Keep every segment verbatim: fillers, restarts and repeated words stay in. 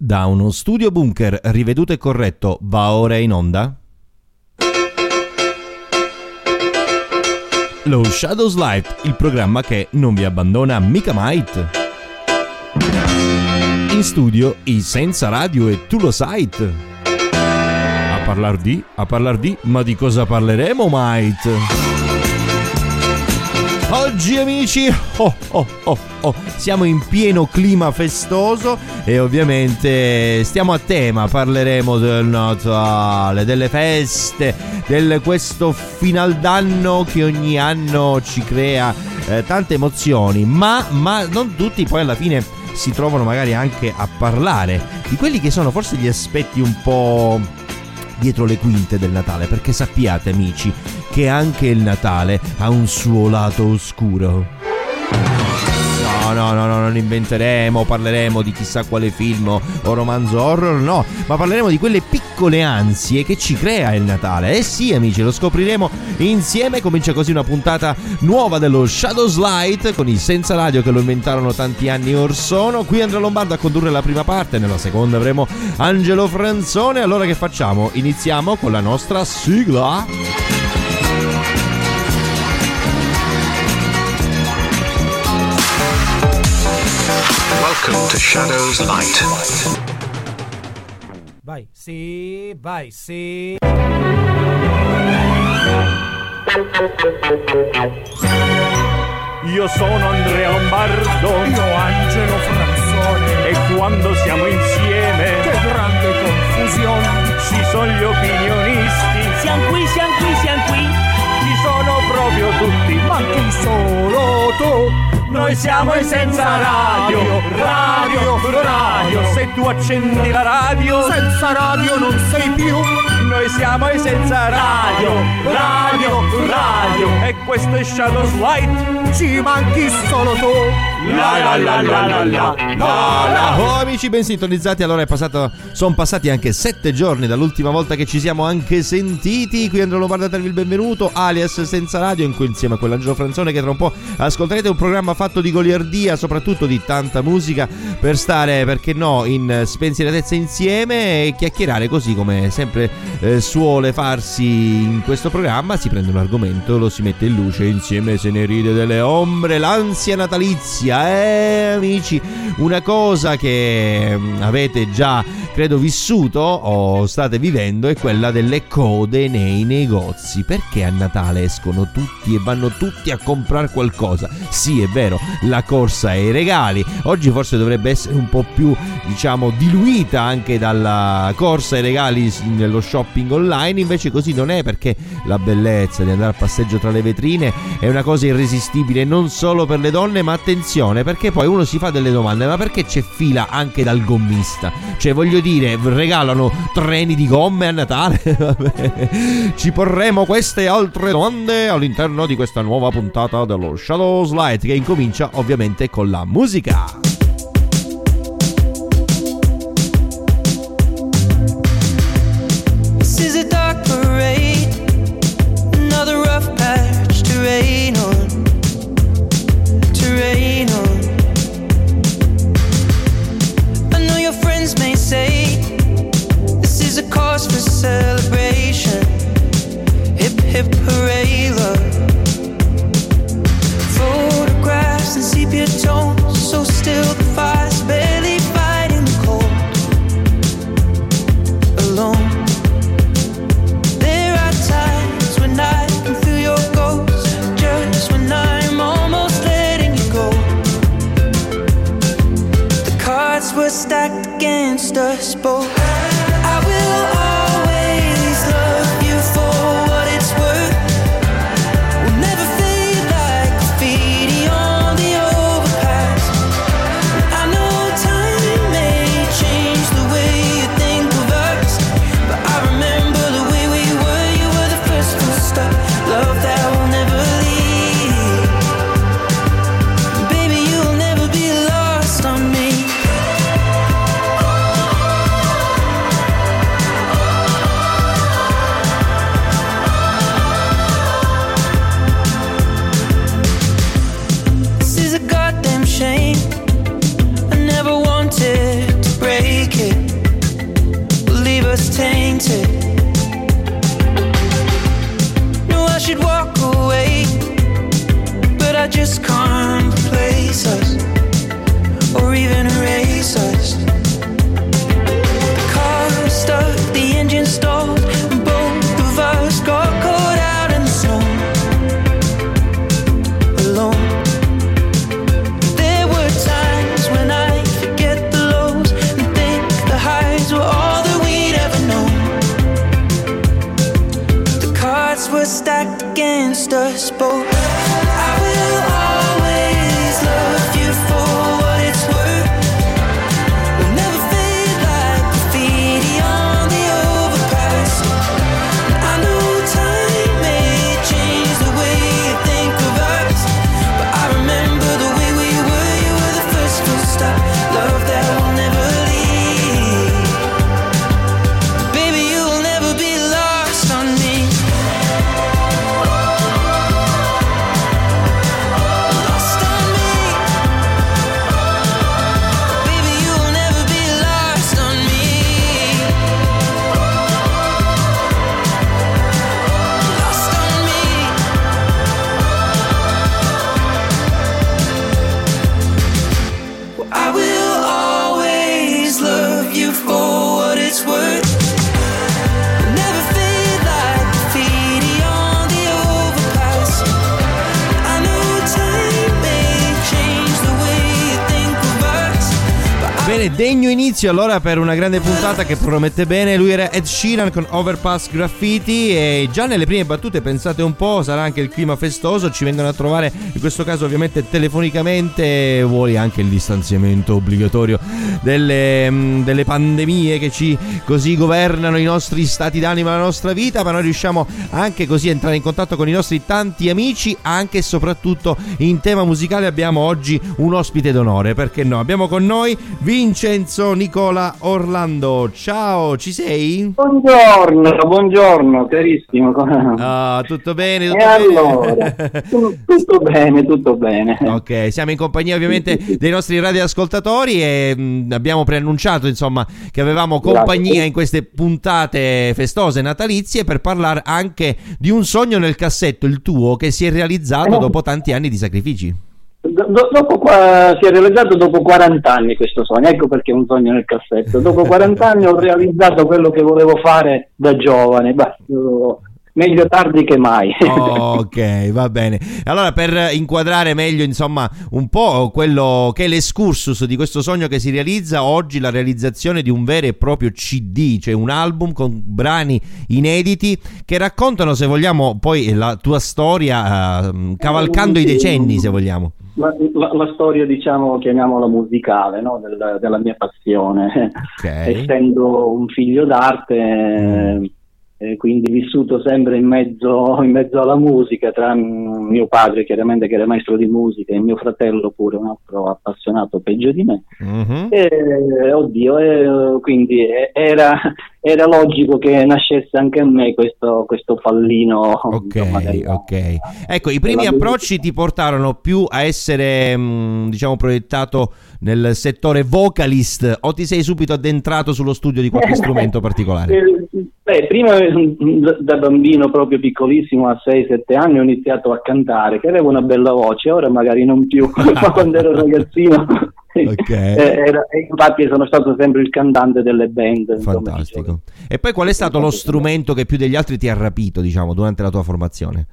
Da uno studio bunker riveduto e corretto va ora in onda lo Shadows Light, il programma che non vi abbandona mica mai. In studio i Senza Radio e tu lo sai. A parlar di, a parlar di, ma di cosa parleremo mai? Oggi amici, oh, oh, oh, oh, siamo in pieno clima festoso e ovviamente stiamo a tema, parleremo del Natale, delle feste, del questo final d'anno che ogni anno ci crea eh, tante emozioni, ma, ma non tutti poi alla fine si trovano magari anche a parlare di quelli che sono forse gli aspetti un po' dietro le quinte del Natale, perché sappiate amici che anche il Natale ha un suo lato oscuro. No, no, no, no, non inventeremo, parleremo di chissà quale film o romanzo horror, no, ma parleremo di quelle piccole ansie che ci crea il Natale. Eh sì amici, lo scopriremo insieme. Comincia così una puntata nuova dello Shadows Light con i Senza Radio che lo inventarono tanti anni or sono. Qui Andrea Lombardo a condurre la prima parte, nella seconda avremo Angelo Franzone. Allora che facciamo? Iniziamo con la nostra sigla. Welcome to Shadows Light. Vai, sì, vai, sì. Io sono Andrea Lombardo. Io Angelo Franzone. E quando siamo insieme, che grande confusione. ci sono gli opinionisti. Siamo qui, siamo qui, siamo qui. Ci sono proprio tutti. Ma chi solo tu? Noi siamo i Senza Radio, radio, radio. Se tu accendi la radio, senza radio non sei più. Noi siamo i Senza Radio, radio, radio. E questo è Shadows Light. Ci manchi solo tu. La la la la la la la la. Oh amici ben sintonizzati, allora è passato, sono passati anche sette giorni dall'ultima volta che ci siamo anche sentiti. Qui Andrea Lombardo a darvi il benvenuto, alias Senza Radio, in cui insieme a quell'Angelo Franzone che tra un po' ascolterete, un programma fatto di goliardia, soprattutto di tanta musica per stare, perché no, in spensieratezza insieme e chiacchierare così come sempre eh, suole farsi in questo programma. Si prende un argomento, lo si mette in luce, insieme se ne ride delle ombre, l'ansia natalizia. Eh amici, una cosa che avete già credo vissuto o state vivendo è quella delle code nei negozi, perché a Natale escono tutti e vanno tutti a comprare qualcosa. Sì, è vero, la corsa ai regali oggi forse dovrebbe essere un po' più, diciamo, diluita anche dalla corsa ai regali nello shopping online, invece così non è, perché la bellezza di andare a passeggio tra le vetrine è una cosa irresistibile non solo per le donne, ma attenzione, perché poi uno si fa delle domande: ma perché c'è fila anche dal gommista? Cioè, voglio dire, regalano treni di gomme a Natale? Ci porremo queste e altre domande all'interno di questa nuova puntata dello Shadows Light, che incomincia ovviamente con la musica. This is a dark parade, another rough patch to rain on, to rain on. I know your friends may say this is a cause for celebration. Hip hip hooray, love. Photographs and sepia tones, so still the fire's barely fighting the cold. Alone. There are times when I can feel your ghost, just when I'm almost letting you go. The cards were stacked against us both. I will always love you for what it's worth. We'll never fade like graffiti on the overpass. I know time may change the way you think of us, but I remember the way we were. You were the first to stop. Love that will never leave. Baby, you'll never be lost on me. tainted. No, I should walk away, but I just can't replace us or even erase us. The car stuck, the engine stalled, and both of us got caught out in the snow, alone. There were times when I forget the lows and think the highs were all that we'd ever known. The cards were stacked against us both. I will always love you for what it's worth. We'll never fade like graffiti on the overpass. I know time may change the way you think of us, but I remember the way we were. You were the first full stop, love that will never leave. Baby, you will never be lost on me. Lost on me. Baby, you will never be lost on me. Lost on me. Well, I will always love you for what it's worth. We'll never fade like graffiti on the overpass. I know time may change the way you think of us, but I Bene, degno inizio allora per una grande puntata che promette bene. Lui era Ed Sheeran con Overpass Graffiti e già nelle prime battute, pensate un po', sarà anche il clima festoso. Ci vengono a trovare, in questo caso ovviamente telefonicamente, vuoi anche il distanziamento obbligatorio delle, mh, delle pandemie che ci così governano i nostri stati d'animo, la nostra vita, ma noi riusciamo anche così a entrare in contatto con i nostri tanti amici. Anche e soprattutto in tema musicale abbiamo oggi un ospite d'onore, perché no? Abbiamo con noi Vincenzo Nicola Orlando. Ciao, ci sei? Buongiorno, buongiorno, carissimo. Ah, tutto bene? Tutto E bene? allora, tu- tutto bene, tutto bene. Ok, siamo in compagnia ovviamente dei nostri radioascoltatori e mh, abbiamo preannunciato insomma che avevamo compagnia Grazie. in queste puntate festose natalizie per parlare anche di un sogno nel cassetto, il tuo, che si è realizzato Eh. dopo tanti anni di sacrifici. Do- do- dopo qua, si è realizzato dopo quaranta anni questo sogno, ecco perché è un sogno nel cassetto. Dopo quaranta anni ho realizzato quello che volevo fare da giovane. Beh, io- meglio tardi che mai. Ok, va bene. Allora, per inquadrare meglio insomma un po' quello che è l'escursus di questo sogno che si realizza oggi, la realizzazione di un vero e proprio C D, cioè un album con brani inediti che raccontano, se vogliamo, poi la tua storia, eh, cavalcando i decenni, se vogliamo. La, la- la storia, diciamo, chiamiamola musicale, no? Del- della mia passione. Ok. Essendo un figlio d'arte, eh, eh, quindi vissuto sempre in mezzo, in mezzo alla musica, tra mm, mio padre chiaramente che era maestro di musica e mio fratello pure un altro appassionato peggio di me. Mhm. E, oddio, e, quindi eh, era, era logico che nascesse anche a me questo, questo pallino. insomma, Ok, della- ok. Ecco, i primi della approcci ti portarono più a essere, mh, diciamo, proiettato nel settore vocalist, o ti sei subito addentrato sullo studio di qualche strumento particolare? Eh, Beh, prima da- da bambino proprio piccolissimo a sei sette anni ho iniziato a cantare, che avevo una bella voce, ora magari non più, ma quando ero ragazzino Ok. eh, era- e infatti sono stato sempre il cantante delle band. insomma, Fantastico. E poi qual è stato lo strumento che più degli altri ti ha rapito, diciamo, durante la tua formazione?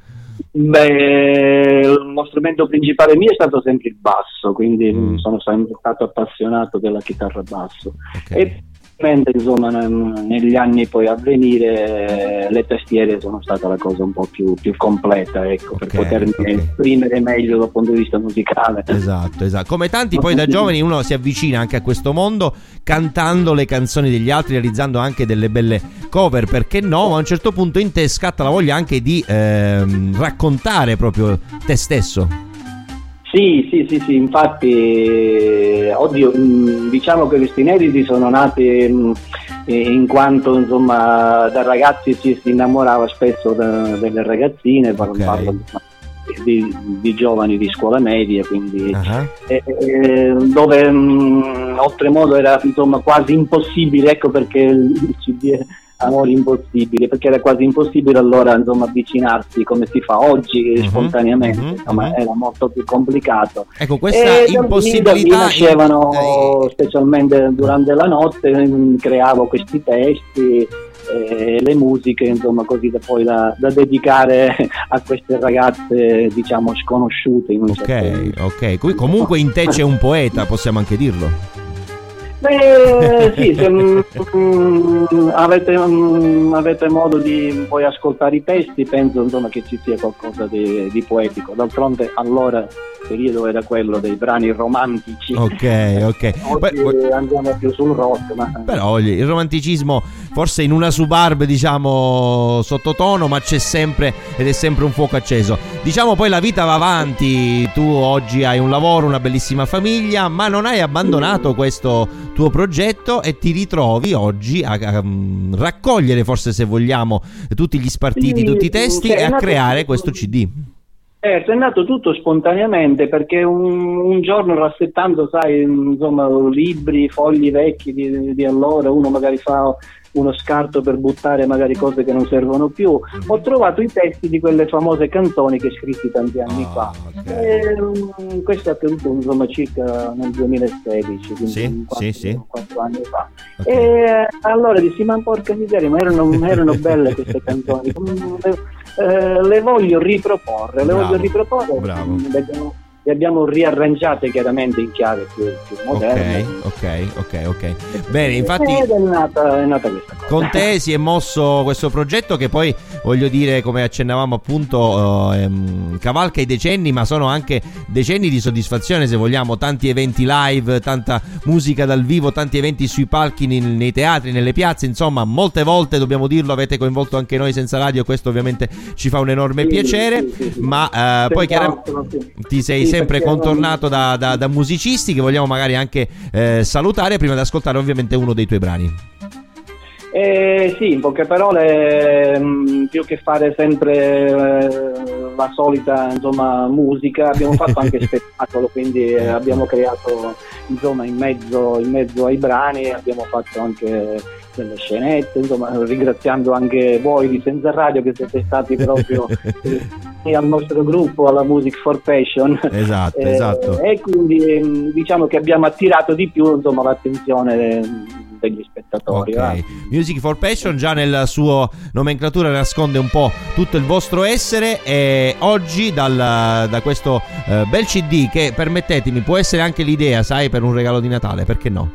Beh, lo strumento principale mio è stato sempre il basso, quindi Mm. sono sempre stato appassionato della chitarra basso. Ok. E mentre, insomma, ne- negli anni poi a venire eh, le tastiere sono stata la cosa un po' più, più completa, ecco, per Ok, potermi ok. esprimere meglio dal punto di vista musicale. Esatto, esatto. Come tanti poi da giovani uno si avvicina anche a questo mondo cantando le canzoni degli altri, realizzando anche delle belle cover, perché no? Ma a un certo punto in te scatta la voglia anche di ehm, raccontare proprio te stesso. Sì, sì, sì, sì, infatti, eh, oddio, mh, diciamo che questi inediti sono nati mh, eh, in quanto, insomma, da ragazzi si, si innamorava spesso da- delle ragazzine, parlo, Ok. parlo di, di giovani di scuola media, quindi Ah, eh, eh, dove mh, oltremodo era, insomma, quasi impossibile, ecco perché il C D amori impossibili, perché era quasi impossibile allora insomma avvicinarsi come si fa oggi mm-hmm, spontaneamente, mm-hmm, insomma mm-hmm. era molto più complicato. Ecco, questa e impossibilità mi nascevano in... specialmente durante la notte, creavo questi testi e le musiche, insomma, così da poi da, da dedicare a queste ragazze, diciamo, sconosciute in un ok, certo ok. Qui comunque in te c'è un poeta, possiamo anche dirlo. Beh, sì, se um, avete, um, avete modo di poi ascoltare i testi, penso insomma che ci sia qualcosa di, di poetico. D'altronde allora il periodo era quello dei brani romantici. Ok, ok. Oggi Beh, andiamo più sul rock, ma... Però il romanticismo forse in una suburb, diciamo, sottotono, ma c'è sempre ed è sempre un fuoco acceso. Diciamo poi la vita va avanti, tu oggi hai un lavoro, una bellissima famiglia, ma non hai abbandonato questo tuo progetto e ti ritrovi oggi a, a, a raccogliere, forse se vogliamo, tutti gli spartiti, sì, tutti i testi e a creare questo C D. Eh, è nato tutto spontaneamente perché un, un giorno rassettando, sai, insomma, libri, fogli vecchi di, di allora, uno magari fa uno scarto per buttare magari cose che non servono più, ho trovato i testi di quelle famose canzoni che scrissi tanti anni oh, fa. Okay. E, um, questo è accaduto insomma circa nel duemilasedici, quindi sì, quattro, sì, sì. quattro anni fa. Okay. E allora dissi, ma porca miseria, ma erano, erano belle queste canzoni, le, le voglio riproporre, le bravo, voglio riproporre. Bravo. Le, le abbiamo riarrangiate chiaramente in chiave più, più moderna. Ok, ok, ok, ok. Bene, infatti Ed è nata, è nata questa cosa. Con te si è mosso questo progetto che poi, voglio dire, come accennavamo appunto, ehm, cavalca i decenni, ma sono anche decenni di soddisfazione, se vogliamo, tanti eventi live, tanta musica dal vivo, tanti eventi sui palchi, nei, nei teatri, nelle piazze, insomma, molte volte, dobbiamo dirlo, avete coinvolto anche noi Senza Radio, questo ovviamente ci fa un enorme sì, piacere, sì, sì, sì. ma eh, poi chiaramente ti sei Sì, sempre contornato da, da, da musicisti che vogliamo magari anche eh, salutare prima di ascoltare ovviamente uno dei tuoi brani. Eh, sì, in poche parole, mh, più che fare sempre eh, la solita insomma musica, abbiamo fatto anche spettacolo, quindi eh, abbiamo creato insomma in mezzo, in mezzo ai brani, abbiamo fatto anche delle scenette, insomma, ringraziando anche voi di Senza Radio che siete stati proprio eh, al nostro gruppo, alla Music for Passion. Esatto, eh, esatto. E quindi diciamo che abbiamo attirato di più insomma l'attenzione degli spettatori. Ok, eh. Music for Passion già nella sua nomenclatura nasconde un po' tutto il vostro essere, e oggi dal, da questo eh, bel C D che, permettetemi, può essere anche l'idea, sai, per un regalo di Natale, perché no?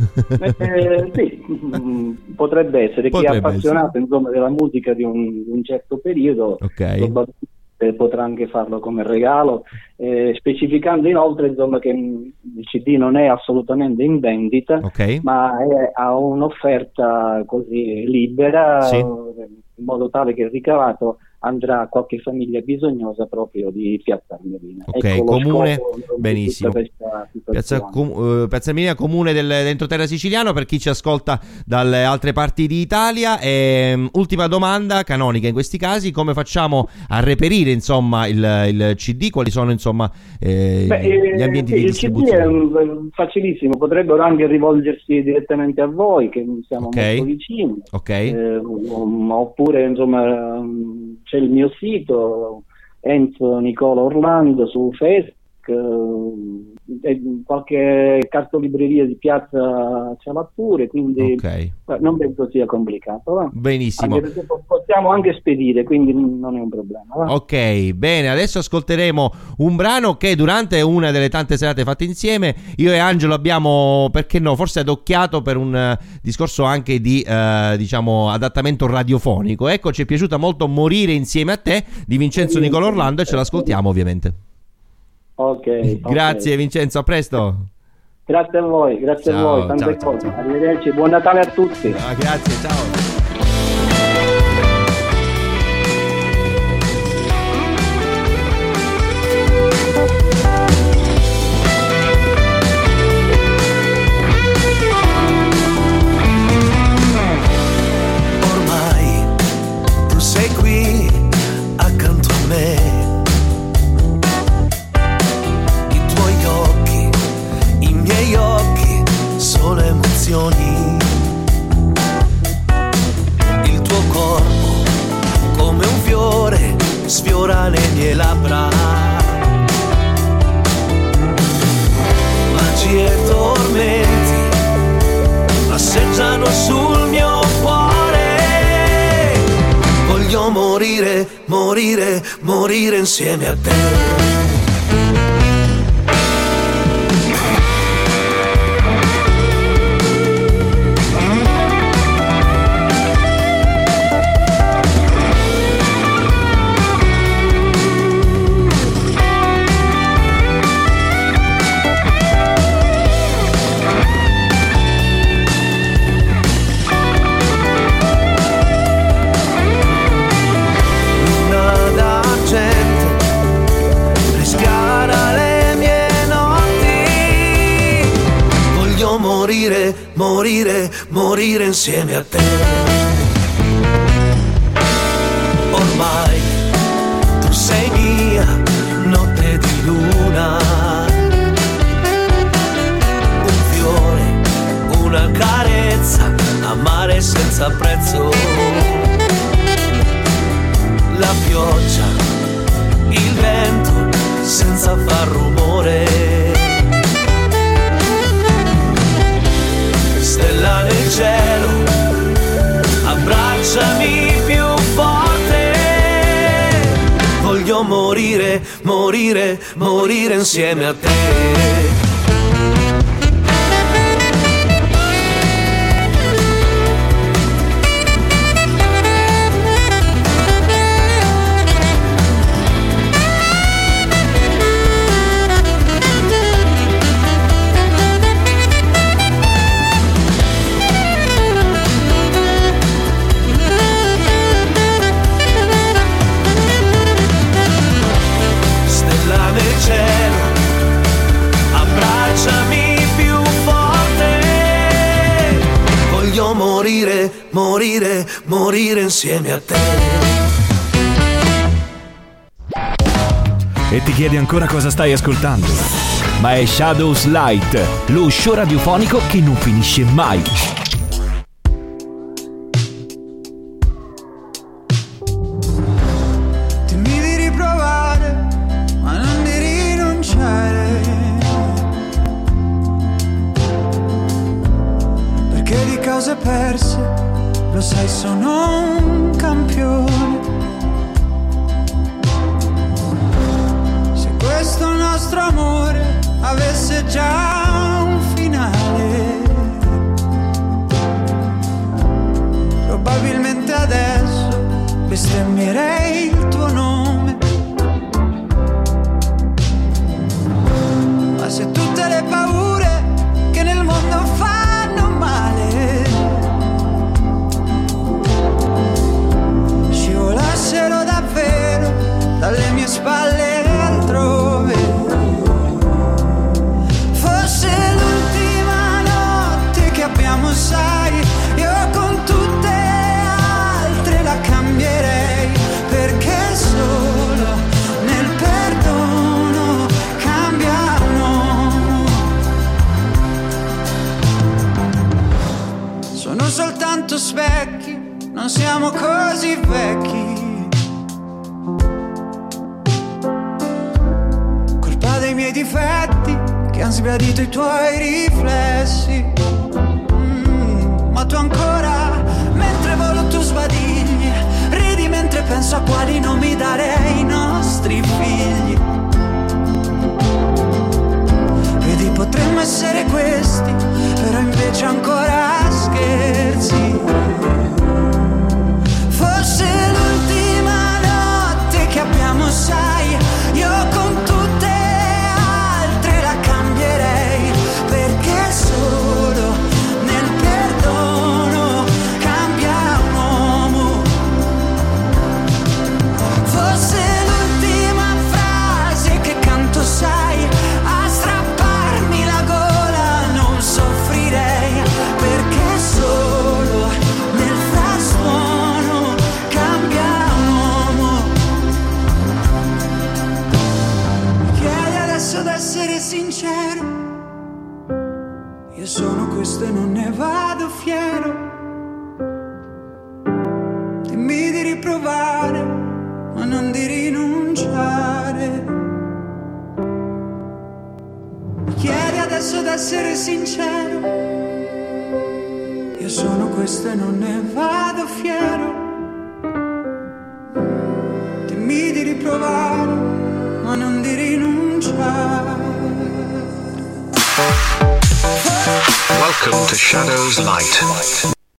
eh, sì, potrebbe essere. Potrebbe chi è appassionato essere. insomma della musica di un, di un certo periodo, okay. probabilmente potrà anche farlo come regalo, eh, specificando inoltre insomma che il C D non è assolutamente in vendita, okay. ma è, ha un'offerta così libera, sì. in modo tale che il ricavato andrà a qualche famiglia bisognosa proprio di Piazza Armerina. Ok, ecco comune, scopo, benissimo. Piazza, com, uh, Piazza Armerina, comune del, dell'entroterra siciliano, per chi ci ascolta dalle altre parti d'Italia. E, um, ultima domanda canonica in questi casi: come facciamo a reperire insomma il, il C D? Quali sono insomma eh, Beh, gli ambienti eh, di il distribuzione? Il C D è um, facilissimo, potrebbero anche rivolgersi direttamente a voi che siamo okay. molto vicini, okay. eh, um, oppure insomma um, c'è il mio sito Enzo Nicola Orlando su Facebook, eh, qualche cartolibreria di piazza ce l'ha pure, quindi okay. non penso sia complicato, va? Benissimo, anche perché possiamo anche spedire, quindi non è un problema, va? Ok, bene, adesso ascolteremo un brano che durante una delle tante serate fatte insieme io e Angelo abbiamo, perché no, forse adocchiato per un uh, discorso anche di uh, diciamo adattamento radiofonico. Ecco, ci è piaciuta molto Morire insieme a te di Vincenzo sì, Nicola Orlando, e ce l'ascoltiamo ovviamente. Ok, grazie okay. Vincenzo, a presto. Grazie a voi, grazie ciao, a voi, tante ciao, cose. Ciao, ciao. Arrivederci, buon Natale a tutti. Ah, grazie, ciao. Ormai tu sei qui accanto a me. Miei occhi, solo emozioni. le mie labbra. Magie e tormenti passeggiano sul mio cuore. Voglio morire, morire, morire insieme a te. Morire, morire insieme a te. Ormai tu sei mia, notte di luna. Un fiore, una carezza, amare senza prezzo. La pioggia, il vento, senza far rumore. Stella nel cielo, abbracciami più forte. Voglio morire, morire, morire insieme a te. Morire, morire, morire insieme a te. E ti chiedi ancora cosa stai ascoltando? Ma è Shadows Light, lo show radiofonico che non finisce mai. Dimmi di riprovare, ma non di rinunciare. Perché di cose perse, lo sai, sono un campione. Se questo nostro amore avesse già un finale, probabilmente adesso bestemmierei il tuo nome. Ma se tutte le paure che nel mondo fanno male scivolassero davvero dalle mie spalle altrove, fosse l'ultima notte che abbiamo, sai, io con tutte altre la cambierei, perché solo nel perdono cambia un uomo. Sono soltanto specchi, non siamo così vecchi. Colpa dei miei difetti che han sbiadito i tuoi riflessi. Mm, ma tu ancora, mentre volo tu sbadigli, ridi mentre penso a quali nomi dare ai nostri figli. Vedi, potremmo essere questi, però invece ancora scherzi. Fosse l'ultima notte che abbiamo, sai, io con tutte altre la cambierei, perché solo nel perdono cambia un uomo. Fosse l'ultima frase che canto, sai, a strapparmi la gola non soffrirei, essere sincero, io sono questo e non ne vado fiero. Dimmi di riprovare, ma non di rinunciare. Welcome to Shadows Light.